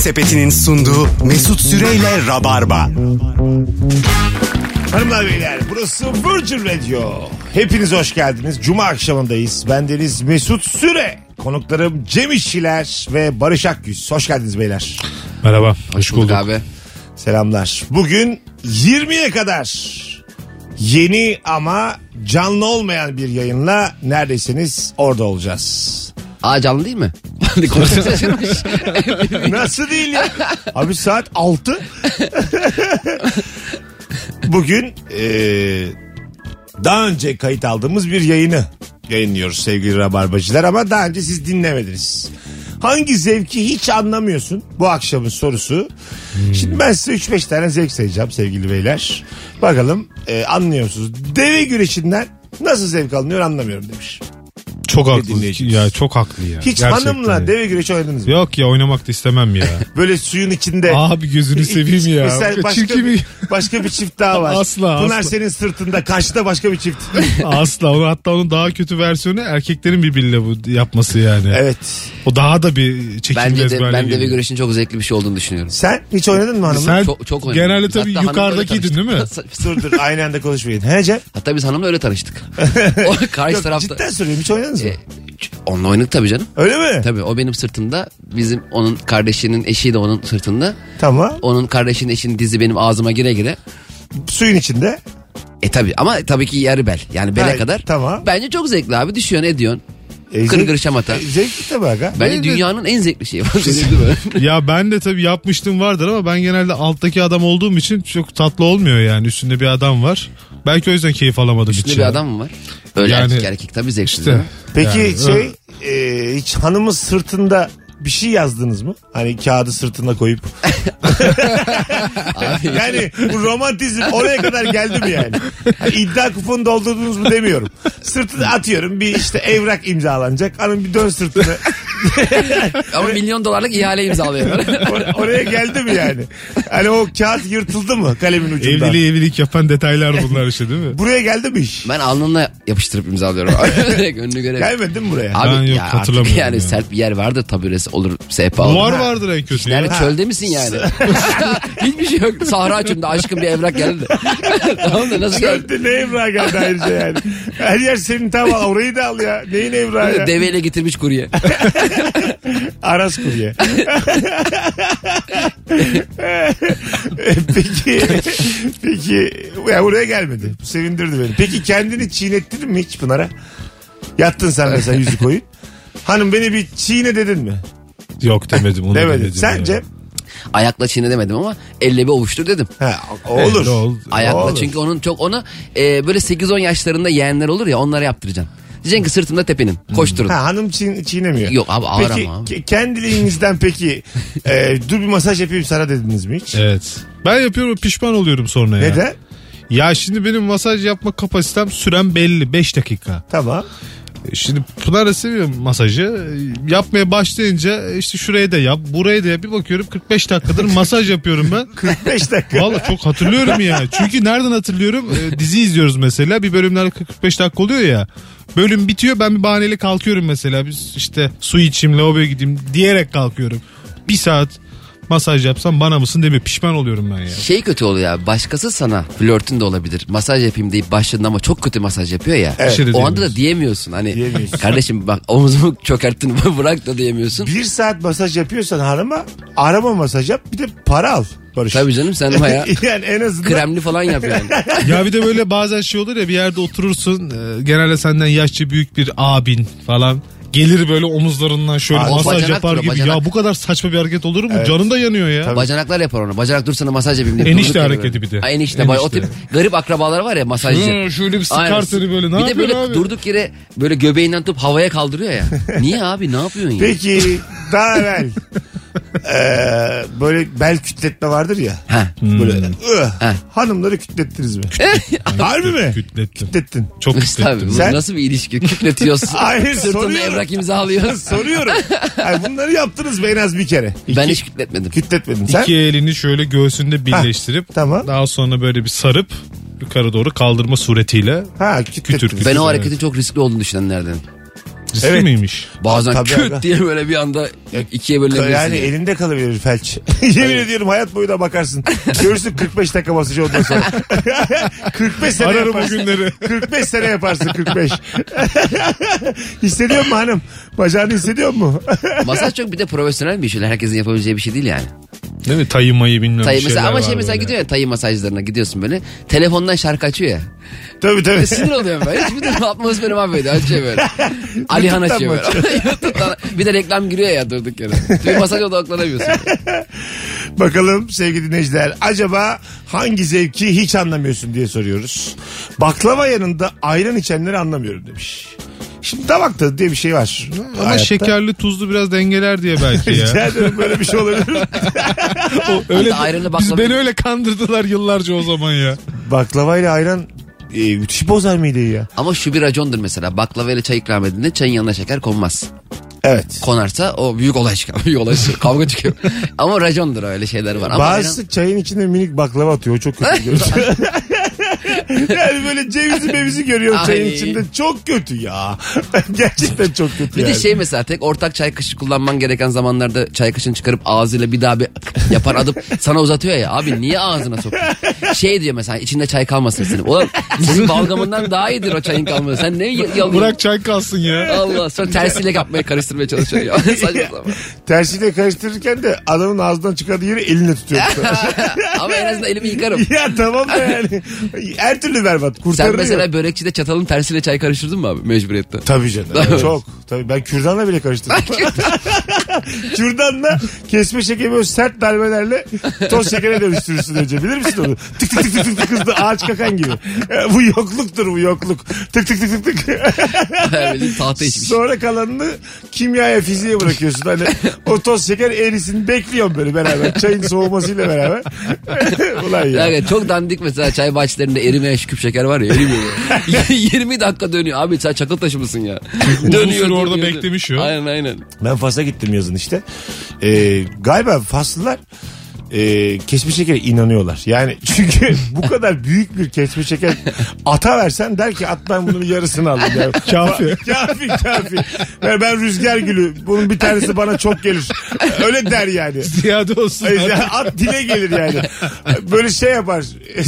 Sepeti'nin sunduğu Mesut Süreyle Rabarba. Hanımlar beyler, burası Virgin Radio. Hepiniz hoş geldiniz. Cuma akşamındayız. Bendeniz Mesut Süre. Konuklarım Cem İşçiler ve Barış Akgüz. Hoş geldiniz beyler. Merhaba. Hoş bulduk abi. Selamlar. Bugün 20'ye kadar yeni ama canlı olmayan bir yayınla neredeyseniz orada olacağız. Canlı değil mi? Nasıl değil ya? Abi saat 6. Bugün daha önce kayıt aldığımız bir yayını yayınlıyoruz sevgili Rabarbacılar, ama daha önce siz dinlemediniz. Hangi zevki hiç anlamıyorsun? Bu akşamın sorusu. Şimdi ben size 3-5 tane zevk sayacağım sevgili beyler. Bakalım anlıyor musunuz? Deve güreşinden nasıl zevk alınıyor anlamıyorum demiş. Çok haklı ya, çok haklı ya. Hiç gerçekten hanımla deve güreşi oynadınız mı? Yok ya, oynamak da istemem ya. Böyle suyun içinde. Abi gözünü seveyim ya. Mesela başka bir çift daha var. Asla. Pınar senin sırtında, karşıda başka bir çift. Asla. Hatta onun daha kötü versiyonu erkeklerin birbiriyle bu yapması yani. Evet. O daha da bir çekilmez böyle. Ben deve güreşinin çok zevkli bir şey olduğunu düşünüyorum. Sen hiç oynadın mı hanımla? Sen çok oynadım. genelde tabii Hatta yukarıdakiydin değil mi? Dur aynı anda konuşmayın. He Cem? Hatta biz hanımla öyle tanıştık. O karşı Yok, tarafta. cidden soruyorum, hiç oynadınız mı? Onunla oynadık tabii canım. Öyle mi? Tabii o benim sırtımda. Onun kardeşinin eşi de onun sırtında. Tamam. Onun kardeşinin eşinin dizi benim ağzıma gire gire. Suyun içinde. Tabii ama tabii ki yarı bel. Yani bele Hayır, kadar. tamam. Bence çok zevkli abi. Düşüyorsun ediyorsun. Kırgır şamata. Zevkli tabii aga. Bence dünyanın en zevkli şeyi. Ya ben de tabii yapmıştım vardır ama ben genelde alttaki adam olduğum için çok tatlı olmuyor yani. Üstünde bir adam var. Belki o yüzden keyif alamadım hiç. Üstünde bir adam mı var? Öyle Yani, erkek tabii zevkli. İşte. Peki Yani, hiç hanımın sırtında bir şey yazdınız mı? Hani kağıdı sırtına koyup. Yani bu romantizm oraya kadar geldi mi yani? Hani iddia kuponu doldurdunuz mu demiyorum. Sırtına atıyorum bir işte evrak imzalanacak. Hanım bir dön sırtını. Ama $1 milyon ihale imzalıyor. Oraya geldi mi yani? Hani o kağıt yırtıldı mı kalemin ucundan? Evlilik yapan detaylar bunlar işte değil mi? Buraya geldi mi iş? Ben alnımla yapıştırıp imzalıyorum. Önünü göre. Gelmedin mi buraya? Abi Ben yok, ya hatırlamıyorum yani ya. sert bir yer vardır taburesi olur, sehpa olur. Duvar vardır en kötü ya. Yani çölde misin yani? Hiçbir şey yok. Sahra açımda aşkım bir evrak geldi. Tamam da nasıl geldi? Çölde ne evrağı geldi ayrıca yani? Her yer senin, tamam, orayı da al ya. Neyin evrağı ya? Deveyle getirmiş kurye. Aras kurye. Peki ya buraya gelmedi. Bu sevindirdi beni. Peki kendini çiğnettirdin mi hiç Pınar'a? Yattın sen mesela yüzü koyun. Hanım beni bir çiğne dedin mi? Yok demedim. Onu Demedin. demedim Sence? ya. Ayakla çiğne demedim ama elle bir ovuştur dedim. Ha, olur. Olur. Ayakla Olur. çünkü onun çok onu böyle 8-10 yaşlarında yeğenler olur ya, onlara yaptıracaksın. Diyeceksin ki sırtımda tepenin. Koşturun. Ha, hanım çiğnemiyor. Yok abi, ağır peki, ama abi. Kendiliğinizden peki dur bir masaj yapayım sana dediniz mi hiç? Evet. Ben yapıyorum, pişman oluyorum sonra ya. Neden? Ya şimdi benim masaj yapma kapasitem süren belli. 5 dakika. Tamam. Şimdi Pınar da seviyorum masajı. Yapmaya başlayınca işte şurayı da yap, burayı da yap. Bir bakıyorum 45 dakikadır masaj yapıyorum ben. 45 dakika. Valla çok hatırlıyorum ya. Çünkü nereden hatırlıyorum? Dizi izliyoruz mesela. Bir bölümler 45 dakika oluyor ya. Bölüm bitiyor, ben bir bahaneyle kalkıyorum mesela. Biz işte su içeyim, lavaboya gideyim diyerek kalkıyorum. Bir saat masaj yapsam bana mısın demiyor. Pişman oluyorum ben ya. Şey kötü oluyor ya. Başkası sana flörtün de olabilir. Masaj yapayım deyip başladın ama çok kötü masaj yapıyor ya. Evet. O anda da diyemiyorsun. Hani Diyemiyorsun. kardeşim bak omuzumu çökerttin bırak da diyemiyorsun. 1 saat masaj yapıyorsan hanıma araba masaj yap, bir de para al Barış. Tabii canım, sen bayağı yani en azından. kremli falan yap yani. Ya bir de böyle bazen şey olur ya, bir yerde oturursun. Genelde senden yaşça büyük bir abin falan. Gelir böyle omuzlarından şöyle Abi, masaj bacanak yapar duruyor, gibi. bacanak. Ya bu kadar saçma bir hareket olur mu? Evet. Canın da yanıyor ya. Bacanaklar yapar onu. Bacanak dur sana masaj yapayım diye. Enişte durduk yere hareketi böyle. bir de. Ha, enişte. Enişte. O tip garip akrabalar var ya masajcı. Şöyle bir sıkar Aynen. seni böyle. Ne bir de yapıyorsun böyle abi? durduk yere böyle göbeğinden tutup havaya kaldırıyor ya. Niye abi, ne yapıyorsun ya? Peki daha evvel böyle bel kütletme vardır ya. Ha. Böyle Ha. hanımları kütlettiniz mi? Harbi mi? Kütlettim. Kütlettin. Çok Mesut abi, kütlettim. bu Sen- nasıl bir ilişki? Kütletiyorsun. Hayır, Sırtında soruyorum. evrak imzalıyorsun. Soruyorum. Yani bunları yaptınız mı en az bir kere? Ben hiç kütletmedim. Kütletmedin. Sen? İki elini şöyle göğsünde birleştirip tamam. daha sonra böyle bir sarıp yukarı doğru kaldırma suretiyle Ha, kütlettiniz. kütür kütür. Ben o Evet. hareketin çok riskli olduğunu düşünenlerden. Riskli Evet. miymiş? Bazen Tabii küt abi. diye böyle bir anda ikiye bölünebilirsin. Yani elinde kalıverir felç. Yemin ediyorum hayat boyu da bakarsın. Görürsün 45 dakika basıcı ondan sonra. 45 sene Ararım yaparsın. o günleri. 45 sene yaparsın 45. Hissediyor musun hanım? Bacağını hissediyor musun? Masaj çok bir de profesyonel bir iş. Öyle herkesin yapabileceği bir şey değil yani. Değil mi? Tayı mayı bilmem Tayı şeyler mesela ama var mesela böyle. gidiyor ya tayı masajlarına gidiyorsun böyle. Telefondan şarkı açıyor ya. Tabii. Sinir oluyorum ben. Hiçbir de atmosferi mahvediyor. Açıyor böyle. Alihan açıyor böyle. YouTube'dan bir de reklam giriyor ya durduk yere. Bir masaja odaklanamıyorsun. Bakalım sevgili dinleyiciler. Acaba hangi zevki hiç anlamıyorsun diye soruyoruz. Baklava yanında ayran içenleri anlamıyorum demiş. Şimdi damak tadı diye bir şey var. Ama hayatta. şekerli tuzlu biraz dengeler diye belki ya. Rica ederim böyle bir şey olabilir. Öyle, Ayranlı biz baklava- beni öyle kandırdılar yıllarca o zaman ya. Baklavayla ayran müthiş bozar mideyi ya. Ama şu bir racondur mesela. Baklava ile çay ikram edildiğinde çayın yanına şeker konmaz. Evet. Konarsa o büyük olay çıkıyor. Büyük olay çıkıyor. Kavga çıkıyor. Ama racondur öyle şeyler var. Ama Bazısı çayın içinde minik baklava atıyor. O çok kötü görüyorsun. Yani böyle cevizi mevizi görüyorum çayın Ay. içinde. Çok kötü ya. Gerçekten çok kötü bir yani. de şey mesela tek ortak çay kaşığı kullanman gereken zamanlarda çay kaşığını çıkarıp ağzıyla bir daha bir yapar adıp sana uzatıyor ya. Abi niye ağzına sokuyorsun? Şey diyor mesela içinde çay kalmasın senin. Ulan senin balgamından daha iyidir o çayın kalması. Sen ne yalıyorsun? Bırak çay kalsın ya. Allah sonra tersiyle yapmaya karıştırmaya çalışıyor ya. Saçma sapan. Tersiyle karıştırırken de adamın ağzından çıkardığı yeri elinle tutuyor. Ama en azından elimi yıkarım. Ya tamam da yani. Her türlü berbat. Sen Kurtarılıyor. mesela börekçide çatalın tersiyle çay karıştırdın mı abi mecburiyetten? Tabii canım. Çok. Tabii ben kürdanla bile karıştırdım. Kürdanla kesme şekeri böyle sert darbelerle toz şekere dönüştürürsün önce. Bilir misin onu? Tık tık tık tık tık hızlı ağaç kakan gibi. Bu yokluktur bu yokluk. Tık tık tık tık tık. Bildiğin tahta içmiş. Sonra kalanını kimyaya fiziğe bırakıyorsun. Hani o toz şeker erisin bekliyorum böyle beraber. Çayın soğumasıyla beraber. Ulan ya. Yani çok dandik mesela çay bahçelerinde erimeyen şu küp şeker var ya erimiyor. 20 dakika dönüyor. Abi sen çakıl taşı mısın ya? Uzun süre orada beklemiş o. Aynen. Ben Fas'a gittim yazın işte. Galiba Faslılar kesme şekere inanıyorlar. Yani çünkü bu kadar büyük bir kesme şeker ata versen der ki at ben bunun yarısını aldım. Yani, Kafi. kafi. Ben rüzgar gülü. Bunun bir tanesi bana çok gelir. Öyle der yani. Ziyade olsun. At dile gelir yani. Böyle şey yapar.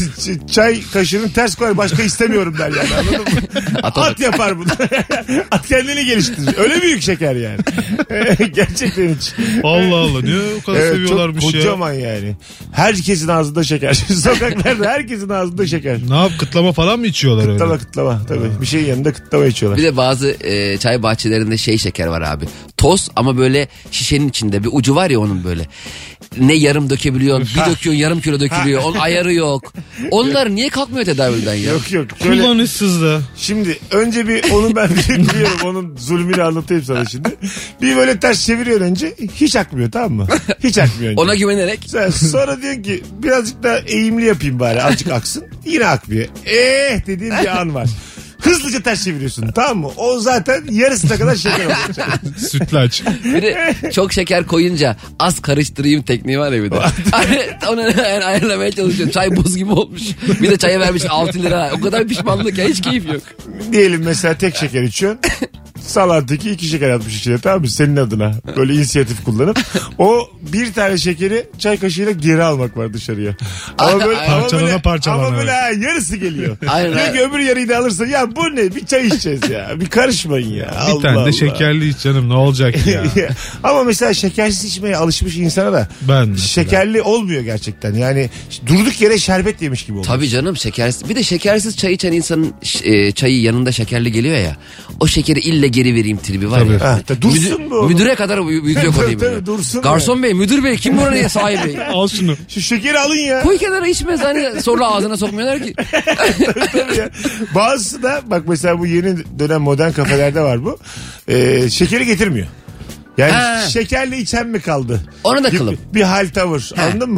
Çay kaşığını ters koyar başka istemiyorum der yani. Anladın mı? At yapar bunu. At kendini geliştirir. Öyle büyük şeker yani. Gerçekten hiç. Allah Allah niye o kadar Evet, seviyorlarmış çok ya. kocaman yani. Herkesin ağzında şeker. Sokaklarda herkesin ağzında şeker. Ne yap kıtlama falan mı içiyorlar öyle? Kıtlama tabii. Bir şeyin yanında kıtlama içiyorlar. Bir de bazı çay bahçelerinde şey şeker var abi. Toz ama böyle şişenin içinde bir ucu var ya onun böyle. Ne yarım dökebiliyorsun bir döküyorsun yarım kilo dökülüyor. Onun ayarı yok. Onlar niye kalkmıyor tedavülden ya? Yok. Şöyle, Kullanışsız da. şimdi önce bir onu ben biliyorum. Onun zulmünü anlatayım sana şimdi. Bir böyle ters çeviriyor önce. Hiç akmıyor tamam mı? Hiç akmıyor önce. Ona güvenerek. Sonra diyorsun ki birazcık daha eğimli yapayım bari azıcık aksın. Yine akmıyor. Dediğin bir an var. Hızlıca ters çeviriyorsun tamam mı? O zaten yarısına kadar şeker olacak. Sütlaç. Bir de çok şeker koyunca az karıştırayım tekniği var ya bir de. Onu yani ayarlamaya çalışıyor. Çay buz gibi olmuş. Bir de çaya vermiş 6 lira. O kadar pişmanlık ya hiç keyif yok. Diyelim mesela tek şeker içiyorsun. Salattaki 2 şeker atmış içine tamam mı? Senin adına. Böyle inisiyatif kullanıp. O bir tane şekeri çay kaşığıyla geri almak var dışarıya. Ama böyle, Parçalana. Ama böyle yarısı geliyor. Aynen. Diyor ki öbür yarıyı da alırsa ya bu ne bir çay içeceğiz ya. Bir karışmayın ya. Bir tane de şekerli iç canım ne olacak ya. Ama mesela şekersiz içmeye alışmış insana da Ben mesela. şekerli olmuyor gerçekten. Yani durduk yere şerbet yemiş gibi oluyor. Tabii canım şekersiz. Bir de şekersiz çay içen insanın çayı yanında şekerli geliyor ya. O şekeri ille geri vereyim tribi var Tabii. ya. Ha, dursun bu. Müdüre kadar büyütüyor konuyu böyle. Tabii, dursun Garson bey, müdür bey kim buranın sahibi? Al şunu. Şu şekeri alın ya. Koy kenara içmez hani sonra ağzına sokmuyorlar ki. Tabii ya. Bazısı da bak mesela bu yeni dönem modern kafelerde var bu. Şekeri getirmiyor. Yani Ha. şekerli içen mi kaldı? Onu da Gibi kılım. Bir hal tavır anladın mı?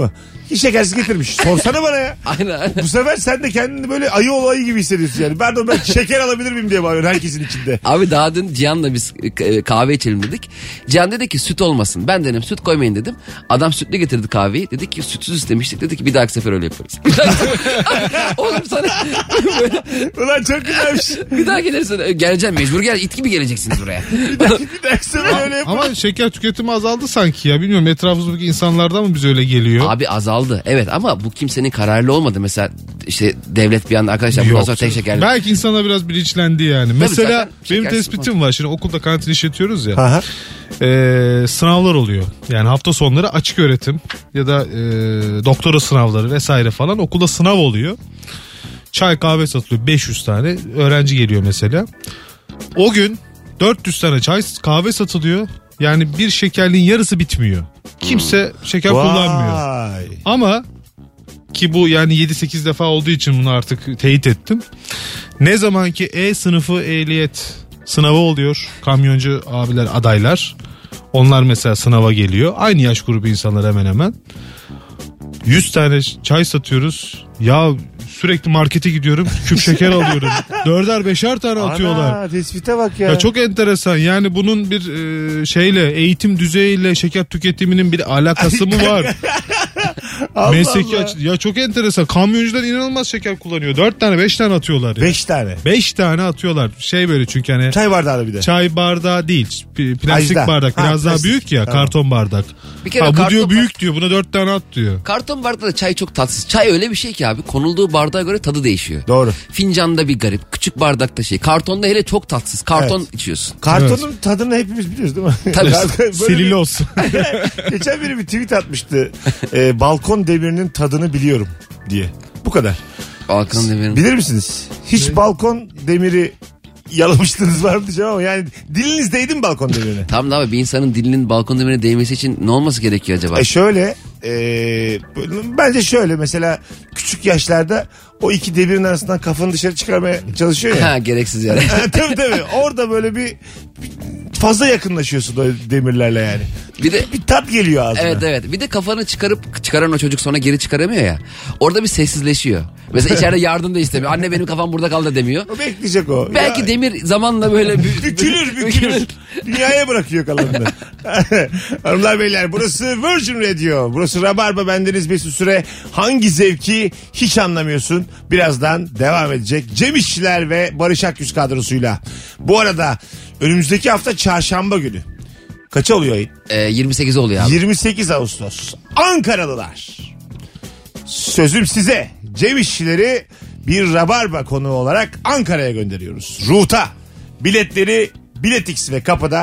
Hiç şekersiz getirmiş. Sorsana bana ya. Aynen. Bu sefer sen de kendini böyle ayı olayı gibi hissediyorsun yani. Pardon ben şeker alabilir miyim diye bağırıyorsun herkesin içinde. Abi daha dün Cihan'la biz kahve içelim dedik. Cihan dedi ki süt olmasın. Ben dedim süt koymayın dedim. Adam sütlü getirdi kahveyi. Dedik ki sütsüz istemiştik. Dedi ki bir dahaki sefer öyle yaparız. Oğlum sana böyle, Ulan çok güzelmiş. bir daha gelirsin. Geleceğim mecbur gel. İt gibi geleceksiniz buraya. Bir dahaki sefer öyle yaparız. Ama şeker tüketimi azaldı sanki ya. Bilmiyorum etrafımızdaki insanlardan mı bize öyle geliyor? Abi azaldı. Evet ama bu kimsenin kararlı olmadı. Mesela işte devlet bir anda arkadaşlar bundan Yok. sonra tek şekerli. Belki insanlar biraz bilinçlendi yani. Mesela zaten benim şekersiz tespitim var. Şimdi okulda kantin işletiyoruz ya. Aha. Sınavlar oluyor. Yani hafta sonları açık öğretim ya da doktora sınavları vesaire falan. Okulda sınav oluyor. Çay kahve satılıyor 500 tane. Öğrenci geliyor mesela. O gün 400 tane çay kahve satılıyor. Yani bir şekerliğin yarısı bitmiyor. Kimse şeker kullanmıyor. Vay. Ama ki bu yani 7-8 defa olduğu için bunu artık teyit ettim. Ne zaman ki E sınıfı ehliyet sınavı oluyor. Kamyoncu abiler adaylar. Onlar mesela sınava geliyor. Aynı yaş grubu insanlar hemen hemen. 100 tane çay satıyoruz. Ya sürekli markete gidiyorum. Küp şeker alıyorum. 4'er 5'er tane atıyorlar. Ana tespite bak ya. Ya çok enteresan. Yani bunun bir şeyle eğitim düzeyiyle şeker tüketiminin bir alakası mı var? Allah Mesleki Allah. ya çok enteresan. Kamyoncular inanılmaz şeker kullanıyor. 4 tane 5 tane atıyorlar ya. 5 tane. 5 tane atıyorlar. Şey böyle çünkü hani Çay bardağı bir de. çay bardağı değil. Plastik Ajda. bardak. Ha, Biraz daha plastik. büyük ya. Tamam. Karton bardak. Bir kere Ha, bu karton diyor büyük diyor. Buna 4 tane at diyor. Karton bardakta da çay çok tatsız. Çay öyle bir şey ki abi konulduğu bardağa göre tadı değişiyor. Doğru. Fincanda bir garip. Küçük bardakta şey. Kartonda hele çok tatsız. Karton içiyorsun. Kartonun tadını hepimiz biliyoruz değil mi? Tabii. Böyle Selüloz. Geçen biri bir tweet atmıştı. Balkon demirinin tadını biliyorum diye. Bu kadar. Balkan demirin. Bilir misiniz? Hiç balkon demiri yalamıştınız var mı diyeceğim ama yani diliniz değdi mi balkon demirine? Tam da abi bir insanın dilinin balkon demirine değmesi için ne olması gerekiyor acaba? Şöyle bence şöyle mesela küçük yaşlarda o iki demirin arasından kafanı dışarı çıkarmaya çalışıyor ya. Ha gereksiz yani. Tabii orada böyle bir fazla yakınlaşıyorsun o demirlerle yani. Bir de Bir tat geliyor ağzına. evet. Bir de kafanı çıkaran o çocuk sonra geri çıkaramıyor ya. Orada bir sessizleşiyor. Mesela içeride yardım da istemiyor. Anne benim kafam burada kaldı demiyor. O bekleyecek o. Belki Ya, demir zamanla böyle bükülür. Dünyaya bırakıyor kalanını. Hanımlar beyler burası Virgin Radio. Burası Rabarba, bendeniz Mesut Süre. Hangi zevki hiç anlamıyorsun? Birazdan devam edecek. Cem İşçiler ve Barış Akyüz kadrosuyla. Bu arada önümüzdeki hafta çarşamba günü. Kaça oluyor ayın? 28 oluyor abi. 28 Ağustos. Ankaralılar. Sözüm size. Cem İşçileri bir Rabarba konuğu olarak Ankara'ya gönderiyoruz. Ruta. Biletleri Biletix ve kapıda.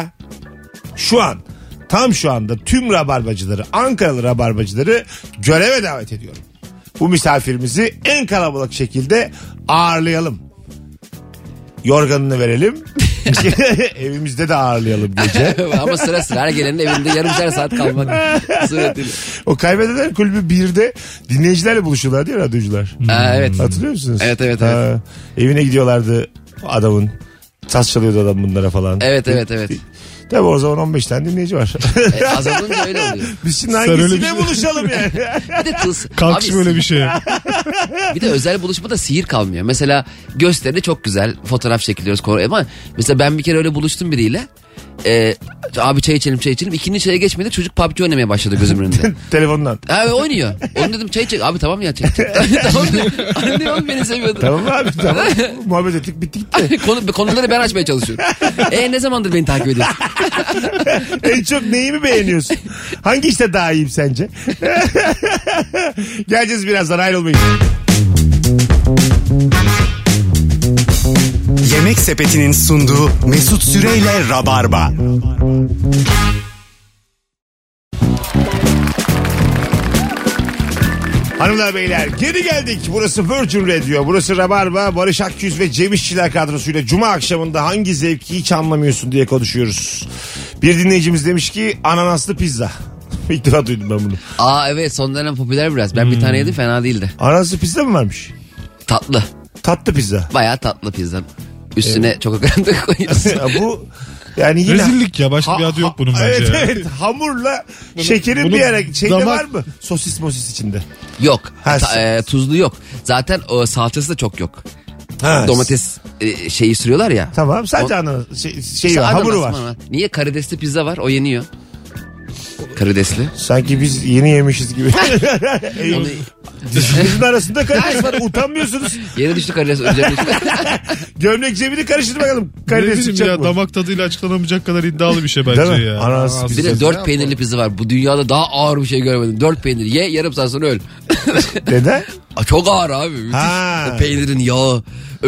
Tam şu anda tüm Rabarbacıları, Ankaralı Rabarbacıları göreve davet ediyorum. Bu misafirimizi en kalabalık şekilde ağırlayalım. Yorganını verelim. Evimizde de ağırlayalım gece. Ama sıra her gelenin evinde yarımşar saat kalmak suretiyle. O Kaybedenler Kulübü 1'de dinleyicilerle buluşuyorlar değil mi radyocular? Evet. Hatırlıyor musunuz? Evet. Ha, evine gidiyorlardı adamın. Saz çalıyordu adam bunlara falan. Evet. Tabii o zaman 15 tane dinleyici var. Azalınca öyle oluyor. Biz şimdi öyle bir hangisiyle şey- buluşalım yani? Bir de Kalkış böyle bir şey. Bir de özel buluşmada sihir kalmıyor. Mesela gösteride çok güzel fotoğraf çekiliyoruz. Ama mesela ben bir kere öyle buluştum biriyle. Abi çay içelim. İkinci çaya geçmedi çocuk PUBG oynamaya başladı gözümün önünde. Telefondan. Abi oynuyor. Onu dedim çay çek. Abi tamam ya çay. Tamam. Anne oğlum beni seviyordu. Tamam abi tamam. Muhabbet ettik bitti gitti. Konuları ben açmaya çalışıyorum. Ne zamandır beni takip ediyorsun? En çok neyimi beğeniyorsun? Hangi işte daha iyiyim sence? Geleceğiz birazdan, ayrılmayın. Yemek Sepeti'nin sunduğu Mesut Süreyle Rabarba. Hanımlar beyler geri geldik. Burası Virgin Radio. Burası Rabarba. Barış Akyüz ve Cem İşçiler kadrosuyla Cuma akşamında hangi zevki hiç anlamıyorsun diye konuşuyoruz. Bir dinleyicimiz demiş ki ananaslı pizza. İlk defa duydum ben bunu. Evet son dönem popüler biraz. Ben bir tane yedim fena değildi. Ananaslı pizza mı varmış? Tatlı. Tatlı pizza. Bayağı tatlı pizza. Üstüne çok krem de koyuyorsun. Bu Yani yine Rezillik ya, başka bir adı yok bunun bence. Evet ya. evet, hamurla şekerin bunun bir yere şeyde damak- var mı? Sosis mosis içinde. Yok. Ha, Tuzlu yok. Zaten o salçası da çok yok. Ha, Domates şeyi sürüyorlar ya. Tamam, sadece şey var, Ananas hamuru var. mı? Niye karidesli pizza var? O yeniyor. Karidesli. Sanki biz yeni yemişiz gibi. Onu Dişimizin arasında karides var. Utanmıyorsunuz. yeni düştü karides. Önce düştü. Gömlek cebini karıştır bakalım. Ne Karides bileyim çıkacak ya, mı? damak tadıyla açıklanamayacak kadar iddialı bir şey Değil bence mi? ya. Ananas Bir de 4 peynirli pizza var. Bu dünyada daha ağır bir şey görmedim. 4 peynir. Ye, yarım saat sonra öl. Neden? Çok ağır abi. Müthiş. Ha. O peynirin yağı.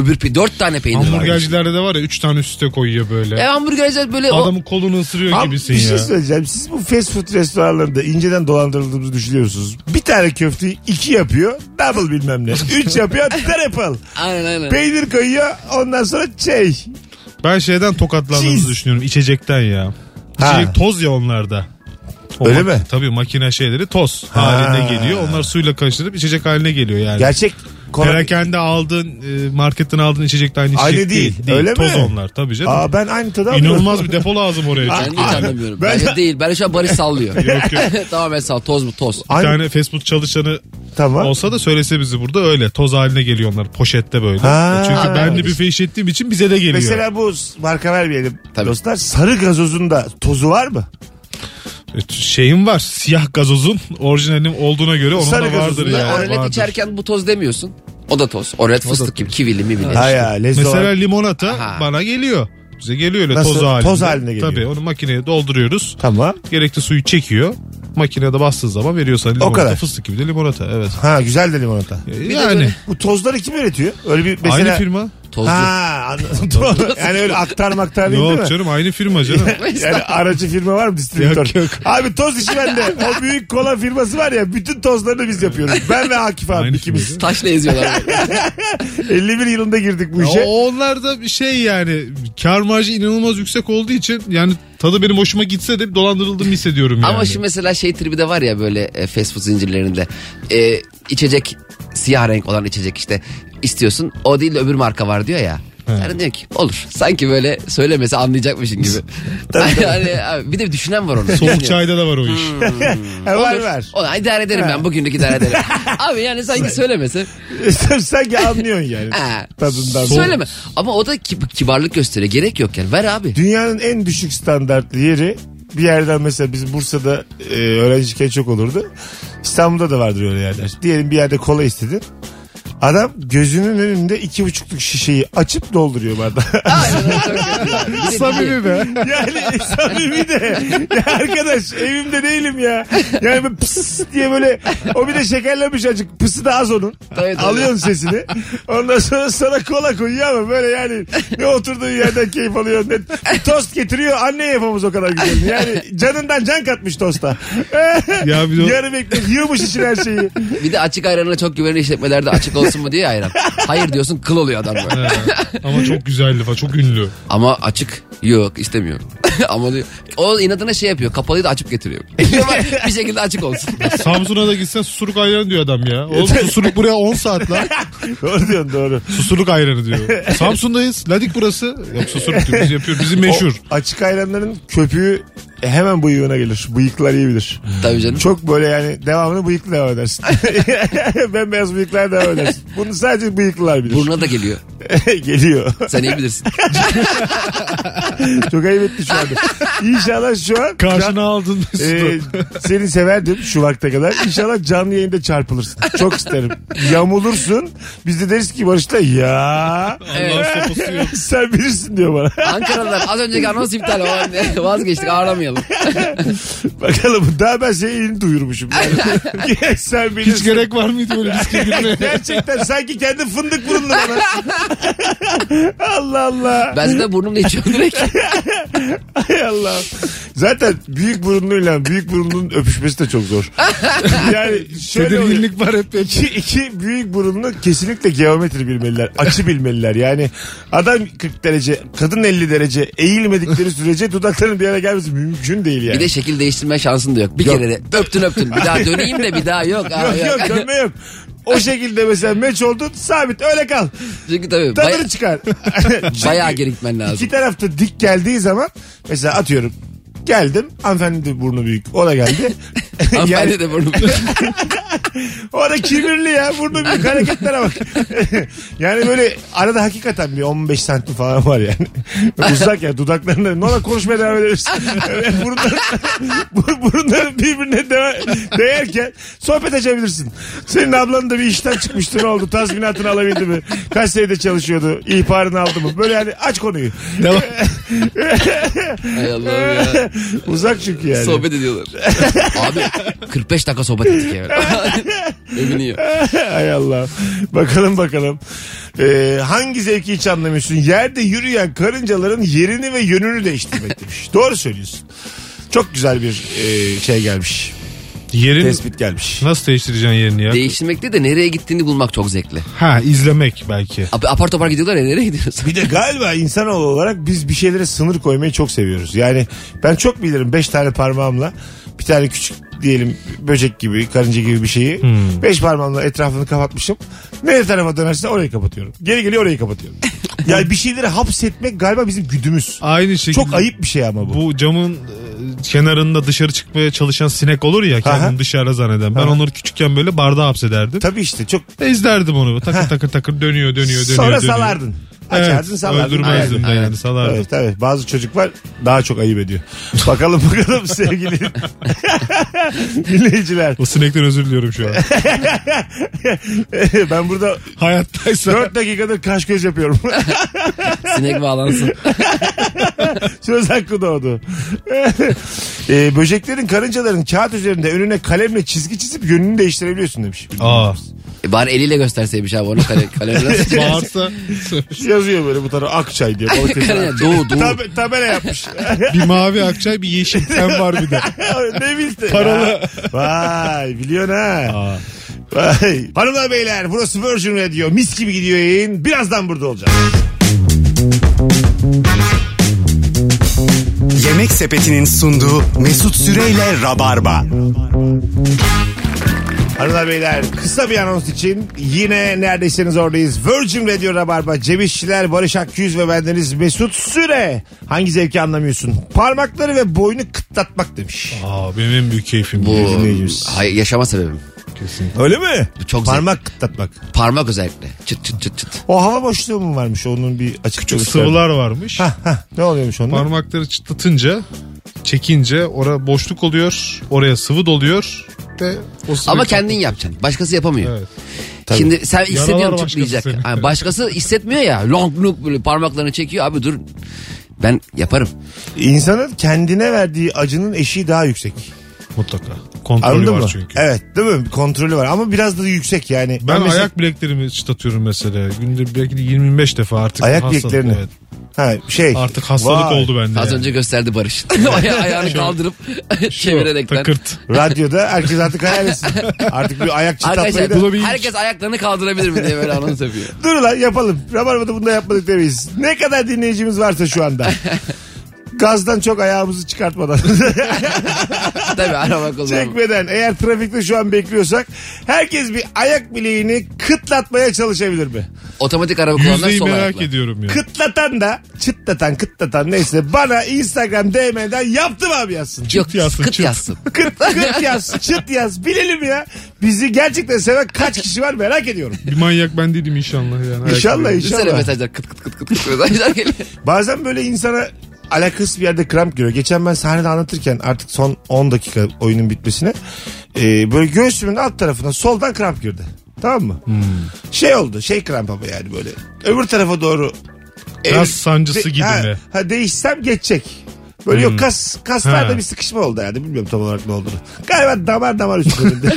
4 tane peynir var. Hamburgercilerde de var ya 3 tane üste koyuyor böyle. Hamburgerciler böyle Adamın kolunu ısırıyor Ama gibisin bir şey ya. söyleyeceğim. Siz bu fast food restoranlarında inceden dolandırıldığımızı düşünüyorsunuz. Bir tane köfteyi 2 yapıyor. Double bilmem ne. 3 yapıyor. Triple. Aynen. Peynir koyuyor. Ondan sonra şey. Ben şeyden tokatlandığımızı Cheese. düşünüyorum. İçecekten ya. Ha. İçecek toz ya onlarda. Öyle mi? Tabii makine şeyleri toz halinde geliyor. Onlar suyla karıştırıp içecek haline geliyor yani. Gerçek kola. Perakende aldığın, marketten aldığın içecekle aynı Aynı içecek değil. değil. Öyle Toz mi? onlar tabii canım. Aa, ben aynı tadı alıyorum. İnanılmaz bir depo lazım oraya. Ben çünkü. de hiç anlamıyorum. Ben- Bence değil. Ben şu an Barış sallıyor. Yok yok. Tamamen sal. Toz mu? Toz. Bir Aynı- tane fast food çalışanı Tamam. olsa da söylese bizi burada öyle. Toz haline geliyor onlar poşette böyle. Ha. Çünkü ben de büfe işlettiğim için bize de geliyor. Mesela bu marka vermeyelim Tabii. dostlar. Sarı gazozun da tozu var mı? Şeyim var, siyah gazozun orijinalinin olduğuna göre onun Sarı da vardır gazozun da yani. Oralet vardır. içerken bu toz demiyorsun. O da toz. Oralet fıstık gibi. Kivili mi bile. Ha ya, lezzet Mesela olarak- limonata Aha. bana geliyor. Bize geliyor öyle Nasıl? toz halinde. Toz haline geliyor. Tabii onu makineye dolduruyoruz. Tamam. Gerekli suyu çekiyor. Makinede bastığı zaman veriyor sana limonata. kadar. Fıstık gibi de limonata evet. Ha, güzel de limonata. Yani Bu tozları kim üretiyor? Öyle bir mesela... aynı firma. Tozlu. Ha, anladım. Yani öyle aktar maktar değil, değil Yok mi? canım aynı firma canım. Yani aracı firma var mı, distribütör? Yok, yok. Abi toz işi bende. O büyük kola firması var ya, bütün tozlarını biz yapıyoruz. Ben ve Akif abi Aynı ikimiz. firma. Taşla eziyorlar. 51 yılında girdik bu işe. Onlar da bir şey yani kar marjı inanılmaz yüksek olduğu için yani tadı benim hoşuma gitse de dolandırıldığımı hissediyorum yani. Ama şu mesela şey tribi de var ya böyle fast food zincirlerinde. İçecek siyah renk olan içecek işte istiyorsun. O değil de öbür marka var diyor ya. Yani diyor ki olur. Sanki böyle söylemese anlayacakmışın gibi. Yani, abi, bir de düşünen var onu. Soğuk çayda da var o iş. Ha, var Olur. var. Ona idare ederim ben. Bugünlük idare ederim. Abi yani sanki söylemese. Sanki anlıyorsun yani. Ha. Tadından. Söyleme. Ama o da kibarlık gösteriyor. Gerek yok yani. Ver abi. Dünyanın en düşük standartlı yeri bir yerden, mesela biz Bursa'da öğrenciyken çok olurdu. İstanbul'da da vardır öyle yerler. Diyelim bir yerde kola istedin. Adam gözünün önünde 2,5'luk şişeyi açıp dolduruyor bardağı. Aynen öyle, çok kötü. Bir de Samimi be. Yani samimi de. Ya arkadaş, evimde değilim ya. Yani böyle pıs diye böyle, o bir de şekerlemiş acık. Pısı da az onun. Tabii, tabii. Alıyorsun sesini. Ondan sonra sana kola koyuyor ama böyle yani ne oturduğun yerden keyif alıyor. Ne, bir tost getiriyor. Anne yapamaz o kadar güzel. Yani canından can katmış tosta. Ya bir de o- Yarım ekmek yiyormuş için her şeyi. Bir de açık ayranına çok güvenli işletmelerde açık olsun mu diye ayran. Hayır diyorsun, kıl oluyor adam böyle. Ama çok güzeldi falan, çok ünlü. Ama açık yok, istemiyorum. Ama diyor, o inadına şey yapıyor, kapalıyı da açıp getiriyor. Bir şekilde açık olsun. Samsun'a da gitsen susurluk ayranı diyor adam ya. Oğlum susurluk buraya 10 saat lan. Doğru diyorsun, doğru. Susurluk ayranı diyor. Samsun'dayız. Ladik burası. Yok susurluk diyor. Biz yapıyoruz. Bizim meşhur. O açık ayranların köpüğü hemen bıyığına gelir. Bıyıklar iyi bilir. Tabii canım. Çok böyle yani devamını bıyıklı devam edersin. Bembeyaz bıyıklar devam edersin. Bunu sadece bıyıklılar bilir. Burnuna da geliyor. Geliyor. Sen iyi bilirsin. Çok ayıp etti şu anda. İnşallah şu an Karşına aldın. seni severdim şu vakte kadar. İnşallah canlı yayında çarpılırsın. Çok isterim. Yamulursun. Biz de deriz ki Barış'ta ya. Allah sopası yok. Sen bilirsin diyor bana. Ankara'dan az önceki anons iptal olan vazgeçtik, ağlamayalım. Bakalım, daha ben senin elini duyurmuşum. Yani. Sen bilirsin. Hiç gerek var mıydı böyle riske girmeye? Gerçekten sanki kendi fındık burunlu bana. Allah Allah. Ben de burnumla içiyorum direkt. Hay Allah. Zaten büyük burunluyla büyük burunlunun öpüşmesi de çok zor. Yani şöyle oluyor. Tedirginlik var hep. İki büyük burunlu kesinlikle geometri bilmeliler. Açı bilmeliler. Yani adam 40 derece, kadın 50 derece eğilmedikleri sürece dudakların bir yere gelmesi mümkün mümkün değil yani. Bir de şekil değiştirme şansın da yok. Bir kere de öptün. Bir daha döneyim de bir daha yok. Yok dönme yok. O şekilde mesela meç oldun, sabit öyle kal. Çünkü tabii Tadını çıkar. bayağı geri gitmen lazım. İki tarafta dik geldiği zaman mesela atıyorum geldim, hanımefendi de burnu büyük, o da geldi. Hanımefendi de burnu büyük. O da kibirli ya, burnu büyük, hareketlere bak. Yani böyle arada hakikaten bir 15 santim falan var yani. Uzak ya, dudaklarında ne olur konuşmaya devam ederiz. Burunların birbirine değerken sohbet açabilirsin. Senin ablan da bir işten çıkmıştı, ne oldu, tazminatını alabildi mi, kaç senede çalışıyordu, ihbarını aldı mı, böyle yani aç konuyu. Hay Allah'ım ya. Uzak çünkü yani. Sohbet ediyorlar. Abi 45 dakika sohbet ettik ya. Övünüyor. Hay Allah. Bakalım. Hangi zevki hiç anlamıyorsun? Yerde yürüyen karıncaların yerini ve yönünü değiştirmek demiş. Doğru söylüyorsun. Çok güzel bir şey gelmiş. Yerin Tespit gelmiş. nasıl değiştireceksin yerini ya? Değiştirmek değil de nereye gittiğini bulmak çok zevkli. İzlemek belki. Abi apar topar gidiyorlar ya, nereye gidiyorsun? Bir de galiba insanoğlu olarak biz bir şeylere sınır koymayı çok seviyoruz. Yani ben çok bilirim 5 tane parmağımla bir tane küçük diyelim böcek gibi, karınca gibi bir şeyi 5 parmağımla etrafını kapatmışım. Ne tarafa dönerse orayı kapatıyorum. Geri geliyor, orayı kapatıyorum. Yani bir şeyleri hapsetmek galiba bizim güdümüz. Aynı şekilde. Çok ayıp bir şey ama bu. Bu camın kenarında dışarı çıkmaya çalışan sinek olur ya, kendini dışarı zanneden. Ben onları küçükken böyle bardağa hapsederdim. Tabii işte çok. Ezderdim onu. Takır dönüyor. Sonra salardın. Açardın, Evet, salardın. öldürmezdim de yani, salardım. Evet, tabii. Bazı çocuklar daha çok ayıp ediyor. Bakalım sevgili dinleyiciler. O sinekten özür diliyorum şu an. Ben burada Hayattaysa. 4 dakikadır kaş göz yapıyorum. Sinek bağlansın. Söz hakkı doğdu. Böceklerin, karıncaların kağıt üzerinde önüne kalemle çizgi çizip yönünü değiştirebiliyorsun demiş. Bari eliyle gösterseymiş abi onu kalemle. Bağırsa. Yazıyor böyle bu tarafa Akçay diye. Doğu. Tabela yapmış. Bir mavi akçay, bir yeşil ten var bir de. Ne bildi? Paralı. Vay biliyorsun ha. Vay. Hanımlar beyler, burası Virgin Radio. Mis gibi gidiyor yayın. Birazdan burada olacağız. Yemek Sepeti'nin sunduğu Mesut Süreyle Rabarba. Hanımlar beyler, kısa bir anons için yine neredeyseniz oradayız. Virgin Radio Rabarba, Cem İşçiler, Barış Akyüz ve bendeniz Mesut Süre. Hangi zevki anlamıyorsun? Parmakları ve boynu kıtlatmak demiş. Benim en büyük keyfim Bu Dinleyicimiz. yaşama sebebim. Öyle mi? Çok parmak kıtlatmak. Parmak özellikle. Çıt çıt çıt çıt. O hava boşluğu mu varmış? Onun bir açık Küçük sıvılar varmış. Ne oluyormuş onda? Parmakları çıtlatınca, çekince orada boşluk oluyor. Oraya sıvı doluyor. Ve o sıvı Ama kendin yapacaksın. Başkası yapamıyor. Evet. Şimdi sen hissediyorsun başkası çıtlayacak. senin. Yani başkası hissetmiyor ya. Long böyle parmaklarını çekiyor. Abi dur. Ben yaparım. İnsanın kendine verdiği acının eşiği daha yüksek. Mutlaka. Kontrolü Anladın var mı? çünkü. Evet, değil mi? Kontrolü var ama biraz da yüksek yani. Ben mesela ayak bileklerimi çıtlatıyorum mesela. Günde belki de 25 defa artık. ayak hastalık, bileklerini. evet. Artık hastalık oldu bende. Az yani. önce gösterdi Barış. Ayağını kaldırıp çevirerekten. Takırt. Radyoda herkes artık hayal etsin. Artık bir ayak çıtlatmayı da. Arkadaşlar herkes ayaklarını kaldırabilir mi diye böyle anons yapıyor. Dur lan yapalım. Rabarba'da bunu da yapmadık demeyiz. Ne kadar dinleyicimiz varsa şu anda. Gazdan çok ayağımızı çıkartmadan. Tabii araba kullanma. Çekmeden, eğer trafikte şu an bekliyorsak herkes bir ayak bileğini kıtlatmaya çalışabilir mi? Otomatik araba kullananlar Yüzdeyi sol merak ayakla. ediyorum ya. Kıtlatan da kıtlatan neyse bana Instagram DM'den yaptım abi yazsın. Yok yazsın, kıt çıt. yazsın. Kıt yaz, çıt yaz. Bilelim ya. Bizi gerçekten seven kaç kişi var merak ediyorum. Bir manyak ben değilim inşallah yani. İnşallah Düşünsene inşallah. mesajlar kıt kıt mesajlar geliyor. Bazen böyle insana alakasız bir yerde kramp giriyor. Geçen ben sahnede anlatırken artık son 10 dakika oyunun bitmesine böyle göğsümün alt tarafına soldan kramp girdi. Tamam mı? Şey oldu. Kramp ama yani böyle. Öbür tarafa doğru. Gaz sancısı gibi mi? Değişsem geçecek. Böyle yok kaslarda bir sıkışma oldu yani. Bilmiyorum tam olarak ne olduğunu. Galiba damar üstünde.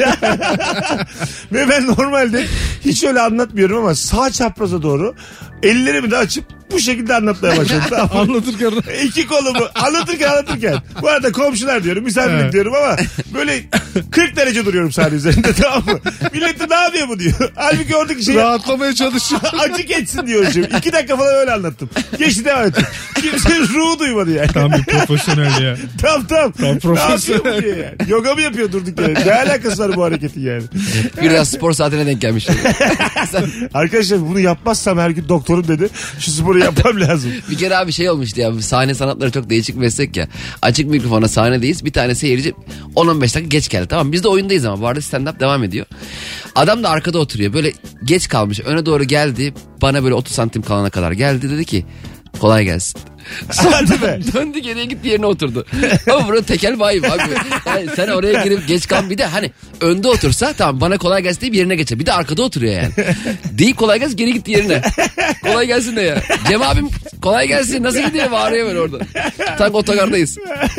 Ve ben normalde hiç öyle anlatmıyorum ama sağ çapraza doğru ellerimi de açıp bu şekilde anlatmaya başladım. Tamam. Anlatırken İki kolumu anlatırken. Bu arada komşular diyorum, misafirlik Evet. diyorum ama böyle 40 derece duruyorum sahne üzerinde, tamam mı? Millet de ne yapıyor bu diyor. Halbuki oradaki şey rahatlamaya çalışıyor. acı geçsin diyorum şimdi. 2 dakika falan öyle anlattım. Geçti, devam ettim. Kimsenin ruhu duymadı yani. Tam bir profesyonel ya. Tam. Ne profesyonel. yapıyor bu diyor yani? Yoga mı yapıyor durduk yere? Ne alakası var bu hareketin yani? Biraz spor saatine denk gelmiş. Arkadaşlar bunu yapmazsam her gün doktorum dedi. Şu sporu yapmam lazım. Bir kere abi şey olmuştu ya, sahne sanatları çok değişik bir meslek ya. Açık mikrofona sahnedeyiz, bir tane seyirci 10-15 dakika geç geldi, tamam biz de oyundayız ama bu arada stand-up devam ediyor. Adam da arkada oturuyor, böyle geç kalmış, öne doğru geldi, bana böyle 30 santim kalana kadar geldi, dedi ki kolay gelsin. Hadi be. Döndü geriye gitti, yerine oturdu. Ama burada tekel bayım abi. Yani sen oraya girip geç kal, bir de hani önde otursa tamam, bana kolay gelsin deyip yerine geçer. Bir de arkada oturuyor yani. Deyip kolay gelsin, geri gitti yerine. Kolay gelsin de ya. Cem abim kolay gelsin nasıl gidiyor, bağırıyor böyle orada. Tam otogardayız.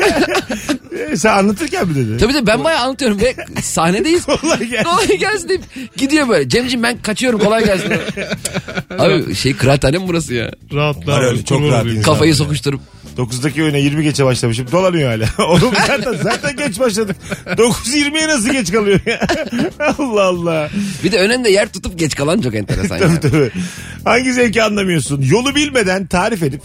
Sen anlatırken mi dedi? Tabii de ben bayağı anlatıyorum ve sahnedeyiz. Kolay gelsin. Kolay gelsin deyip gidiyor böyle. Cemciğim ben kaçıyorum, kolay gelsin. Abi şey kıraathane mi burası ya? Rahatla. Var öyle, çok rahat insan. Kafayı sokuşturup. 9'daki oyuna 20 geçe başlamışım. Dolanıyor hala. Oğlum zaten geç başladık. 9.20'ye nasıl geç kalıyor ya? Allah Allah. Bir de önünde yer tutup geç kalan çok enteresan ya. Tabii. Hangi zevki anlamıyorsun? Yolu bilmeden tarif edip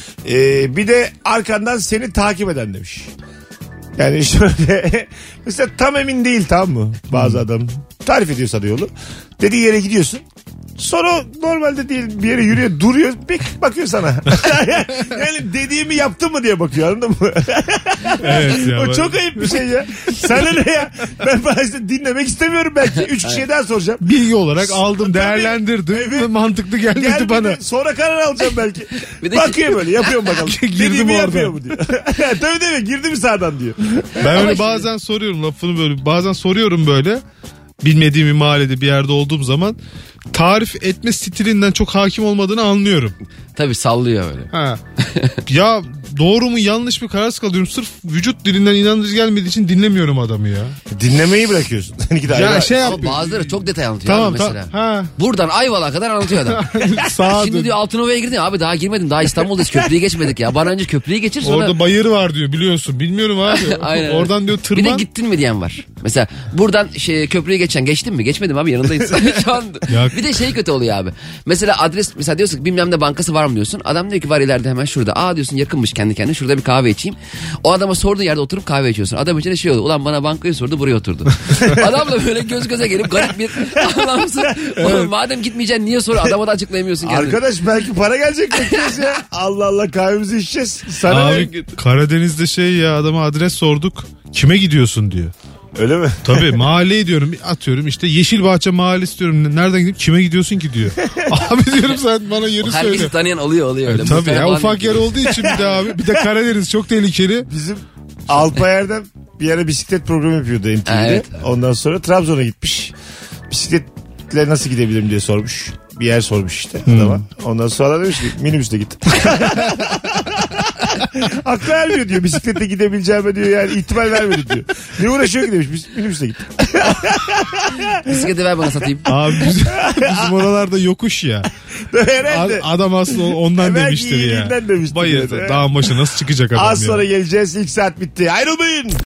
bir de arkandan seni takip eden demiş. Yani şöyle mesela tam emin değil, tamam mı? Bazı adam tarif ediyor sana yolu. Dediği yere gidiyorsun. Sonra normalde değil bir yere yürüyor, duruyor, bir bakıyor sana. Yani dediğimi yaptın mı diye bakıyor, anladın mı? Evet ya. O çok ayıp bir şey ya. Sana ne ya? Ben bazen dinlemek istemiyorum belki. 3 kişiye daha soracağım. Bilgi olarak aldım, değerlendirdim Evet. ve mantıklı gelmedi Gel bana. bir de sonra karar alacağım belki. Bir de- Bakıyor böyle, yapıyorum bakalım. Girdim Dediğimi oradan. yapıyor mu diyor. Tabii girdi mi sağdan diyor. Ben öyle şimdi- bazen soruyorum lafını böyle. Bazen soruyorum böyle. Bilmediğim bir mahallede bir yerde olduğum zaman tarif etme stilinden çok hakim olmadığını anlıyorum. Tabii sallıyor öyle. Ha. Ya doğru mu yanlış mı kararsız kalıyorum. Sırf vücut dilinden inandırıcı gelmediği için dinlemiyorum adamı ya. Dinlemeyi bırakıyorsun. Seninki de Ya ayrı. şey Ama yapıyor. bazıları çok detay anlatıyor Tamam abi tamam. mesela. Ha. Buradan Ayvalık'a kadar anlatıyor adam. Sağa Şimdi dön. diyor Altınova'ya girdin ya. Abi daha girmedim. Daha İstanbul'dayız. Köprüyü geçmedik ya. Bana önce köprüyü geçir sonra. Orada bayır var diyor biliyorsun. Bilmiyorum abi. Aynen. Oradan diyor Bir de tırman. gittin mi diyen var. Mesela buradan köprüyü geçtin mi? Geçmedim abi, yanındayız. Şu an. Ya- Bir de şey kötü oluyor abi. Mesela adres, mesela diyorsun ki bilmem ne bankası var mı diyorsun. Adam diyor ki var ileride hemen şurada. Aa diyorsun yakınmış kendi kendine. Şurada bir kahve içeyim. O adama sorduğun yerde oturup kahve içiyorsun. Adam için de şey oldu. Ulan bana bankayı sordu, buraya oturdu. Adamla böyle göz göze gelip garip bir anlamsız. Oğlum madem gitmeyeceksin niye soru, adama da açıklayamıyorsun kendini. Arkadaş belki para gelecek bekliyoruz ya. Allah Allah, kahvemizi içeceğiz. Sana ne? Abi Karadeniz'de şey ya, adama adres sorduk. Kime gidiyorsun diyor. Öyle mi? Tabii mahalleyi diyorum, atıyorum işte Yeşilbahçe Mahallesi diyorum. Nereden gidip kime gidiyorsun ki diyor. Abi diyorum sen bana yeri söyle. Herkesi tanıyan oluyor öyle. Tabii Muhtemelen ya, falan ufak yer değil. olduğu için bir de abi. Bir de Karadeniz çok tehlikeli. Bizim Alpayer'den bir ara bisiklet programı yapıyordu NTV'de. Evet. Ondan sonra Trabzon'a gitmiş. Bisikletle nasıl gidebilirim diye sormuş. Bir yer sormuş işte adama. Ondan sonra demiş ki minibüsle git. Aklı ermiyor diyor. Bisikletle gidebileceğime diyor, yani ihtimal vermedi diyor. Ne uğraşıyor ki demiş. Minibüsle git. Bisikleti ver bana satayım. Abi bizim oralarda yokuş ya. Herhalde. Adam aslında ondan Belki demiştir ya. iyiliğinden demiştir Bayır yani. dağın başına nasıl çıkacak adam Az ya. sonra geleceğiz. İlk saat bitti. Ayrılmayın.